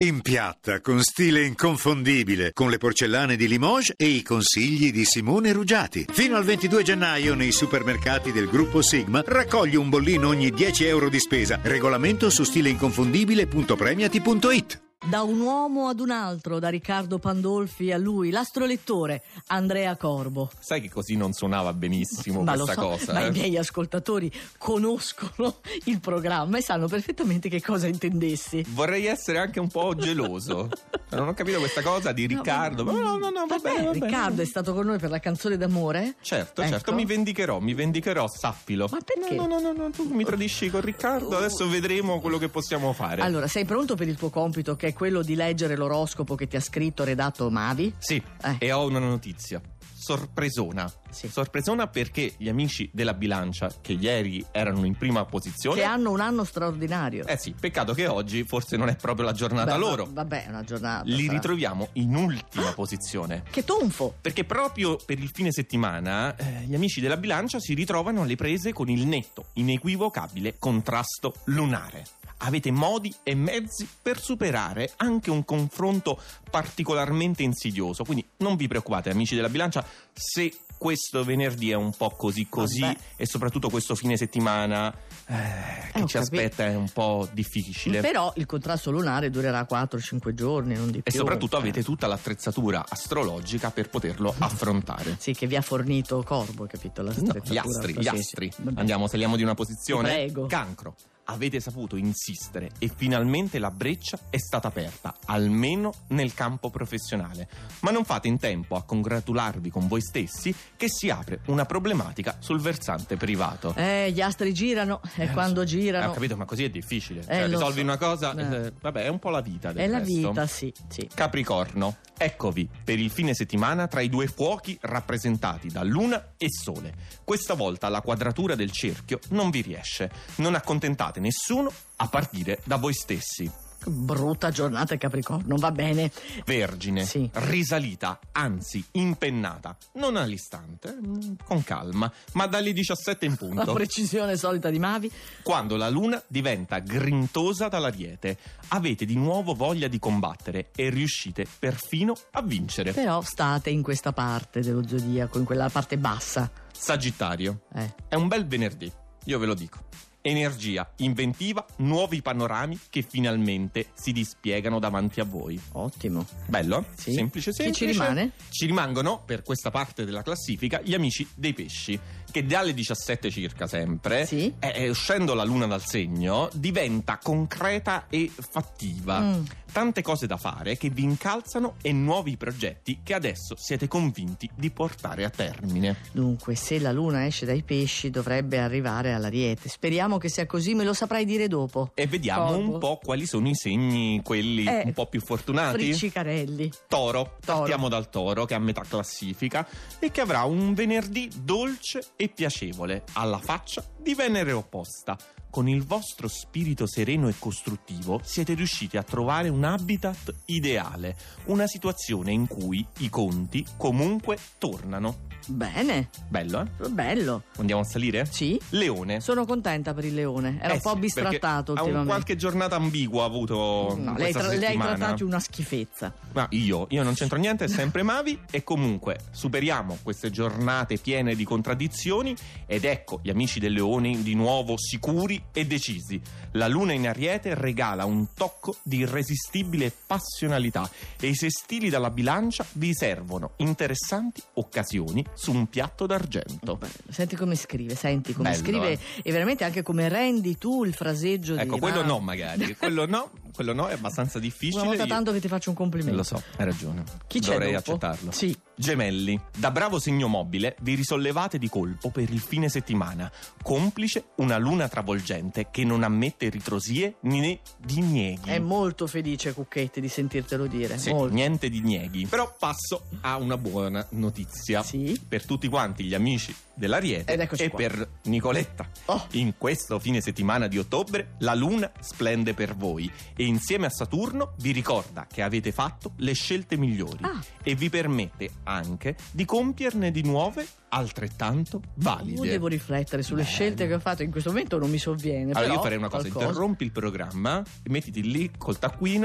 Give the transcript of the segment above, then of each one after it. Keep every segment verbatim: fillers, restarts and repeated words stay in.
In piatta, con stile inconfondibile, con le porcellane di Limoges e i consigli di Simone Ruggiati. Fino al ventidue gennaio nei supermercati del gruppo Sigma raccogli un bollino ogni dieci euro di spesa. Regolamento su stileinconfondibile punto premiati punto it. Da un uomo ad un altro, da Riccardo Pandolfi a lui, l'astrolettore Andrea Corbo. Sai che così non suonava benissimo ma questa lo so, cosa? Ma eh? i miei ascoltatori conoscono il programma e sanno perfettamente che cosa intendessi. Vorrei essere anche un po' geloso. Non ho capito questa cosa di Riccardo. No, Ma no, no, no, va, vabbè, bene, va Riccardo bene. è stato con noi per la canzone d'amore? Certo, Ecco. certo, mi vendicherò, mi vendicherò, sappilo. Ma perché? No, no, no, no, tu mi tradisci con Riccardo, adesso vedremo quello che possiamo fare. Allora, sei pronto per il tuo compito, che è quello di leggere l'oroscopo che ti ha scritto, redatto Mavi? Sì, Eh. e ho una notizia. Sorpresona. Sì. Sorpresona perché gli amici della bilancia, che ieri erano in prima posizione, Che hanno un anno straordinario. Eh sì, peccato che oggi forse non è proprio la giornata Beh, loro. va- Vabbè, è una giornata. Li sarà. ritroviamo in ultima posizione. Che tonfo! Perché proprio per il fine settimana eh, gli amici della bilancia si ritrovano alle prese con il netto, inequivocabile contrasto lunare. Avete modi e mezzi per superare anche un confronto particolarmente insidioso. Quindi non vi preoccupate, amici della bilancia, se questo venerdì è un po' così così Vabbè. e soprattutto questo fine settimana eh, che ho ci capito. aspetta è un po' difficile. Però il contrasto lunare durerà quattro cinque giorni, non di più. E soprattutto Eh. avete tutta l'attrezzatura astrologica per poterlo affrontare. Sì, che vi ha fornito Corbo, capito? La No, gli astri, gli astri. Andiamo, saliamo di una posizione. Prego. Cancro. Avete saputo insistere e finalmente la breccia è stata aperta, almeno nel campo professionale. Ma non fate in tempo a congratularvi con voi stessi che si apre una problematica sul versante privato. Eh, gli astri girano e Eh, lo quando so. girano... Eh, ho capito, ma così è difficile. Eh, Cioè, lo risolvi so. una cosa, Eh. eh, vabbè, è un po' la vita del È la resto. vita, sì, sì. Capricorno, eccovi per il fine settimana tra i due fuochi rappresentati da Luna e Sole. Questa volta la quadratura del cerchio non vi riesce. Non accontentate nessuno a partire da voi stessi. Che brutta giornata, Capricorno, va bene. Vergine, Sì. risalita, anzi impennata, non all'istante, mm, con calma, ma dalle diciassette in La punto, precisione solita di Mavi. quando la luna diventa grintosa dall'Ariete. Avete di nuovo voglia di combattere e riuscite perfino a vincere. Però state in questa parte dello zodiaco, in quella parte bassa. Sagittario, Eh. è un bel venerdì, io ve lo dico. Energia, inventiva, nuovi panorami che finalmente si dispiegano davanti a voi. Ottimo. Bello? Sì. Semplice, Chi semplice. ci rimane? Ci rimangono, per questa parte della classifica, gli amici dei pesci, che dalle diciassette circa sempre, Sì. eh, eh, uscendo la luna dal segno, diventa concreta e fattiva. Mm. Tante cose da fare che vi incalzano e nuovi progetti che adesso siete convinti di portare a termine. Dunque, se la luna esce dai pesci dovrebbe arrivare all'Ariete. Speriamo che sia così, me lo saprai dire dopo. E vediamo Corbo. un po' quali sono i segni, quelli Eh, un po' più fortunati. Friccicarelli. Toro, Toro. partiamo dal Toro che è a metà classifica e che avrà un venerdì dolce e piacevole alla faccia di Venere opposta. Con il vostro spirito sereno e costruttivo siete riusciti a trovare un habitat ideale, una situazione in cui i conti comunque tornano. Bene, Bello, eh? bello. Andiamo a salire? Sì? Leone. Sono contenta per il leone. Era Eh un po' sì, bistrattato perché ha un ultimamente. qualche giornata ambigua avuto No, lei, questa tra- lei hai settimana. trattato una schifezza. Ma io, io non c'entro niente, è sempre Mavi. E comunque superiamo queste giornate piene di contraddizioni ed ecco gli amici del Leone di nuovo sicuri e decisi. La luna in Ariete regala un tocco di irresistibile passionalità e i sestili dalla bilancia vi servono interessanti occasioni su un piatto d'argento. Bello. Senti come scrive, senti come Bello, scrive eh. e veramente anche come rendi tu il fraseggio di Ecco, quello Mavi. no magari, quello no, quello no, è abbastanza difficile. Una volta Io- tanto che ti faccio un complimento. Lo so, hai ragione. Chi c'è Dovrei dopo? accettarlo. Sì. Gemelli, da bravo segno mobile vi risollevate di colpo per il fine settimana, complice una luna travolgente che non ammette ritrosie né dinieghi. È molto felice Cucchetti di sentirtelo dire. Sì, molto. niente dinieghi. Però passo a una buona notizia Sì. per tutti quanti gli amici dell'Ariete Ed eccoci e qua. per Nicoletta. Oh. In questo fine settimana di ottobre la luna splende per voi e insieme a Saturno vi ricorda che avete fatto le scelte migliori Ah. e vi permette anche di compierne di nuove altrettanto valide. Io devo riflettere sulle Bene. scelte che ho fatto, in questo momento non mi sovviene. Allora però io farei una cosa, qualcosa. interrompi il programma, mettiti lì col taccuino,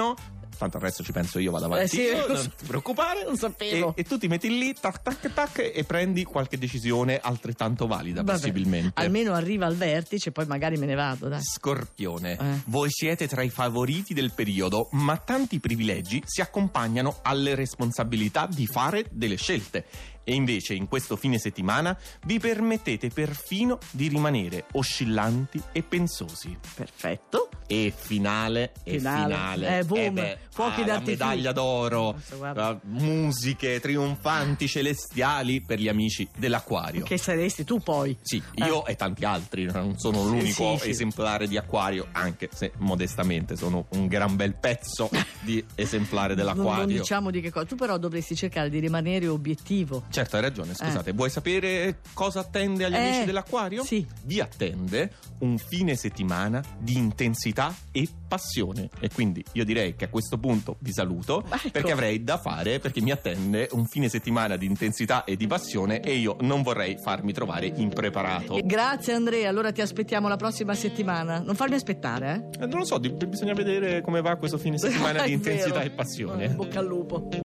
tanto il resto ci penso io, vado avanti Eh sì, io, lo non so. ti preoccupare. Non sapevo. E, e tu ti metti lì, tac tac tac, e prendi qualche decisione altrettanto valida, Vabbè, possibilmente. almeno arriva al vertice, poi magari me ne vado, dai. Scorpione, Eh. voi siete tra i favoriti del periodo, ma tanti privilegi si accompagnano alle responsabilità di fare delle scelte. E invece in questo fine settimana vi permettete perfino di rimanere oscillanti e pensosi. Perfetto. E finale, e Finale. finale. Eh, boom, Eh beh, fuochi ah, la d'artificio. medaglia d'oro, Adesso, guarda. uh, musiche trionfanti celestiali per gli amici dell'Acquario. Che saresti tu poi. Sì, io e tanti altri, non sono Sì, l'unico sì, sì. esemplare di Acquario, anche se modestamente sono un gran bel pezzo di esemplare Non, dell'Acquario. non diciamo di che cosa. Tu però dovresti cercare di rimanere obiettivo. Certo, hai ragione, scusate, vuoi sapere cosa attende agli Eh, amici dell'Acquario? sì. Vi attende un fine settimana di intensità e passione, e quindi io direi che a questo punto vi saluto, Ecco. perché avrei da fare, perché mi attende un fine settimana di intensità e di passione e io non vorrei farmi trovare impreparato. Grazie Andrea, allora ti aspettiamo la prossima settimana. Non farmi aspettare, eh? Eh, non lo so, di- bisogna vedere come va questo fine settimana di È intensità vero. e passione. Bocca al lupo.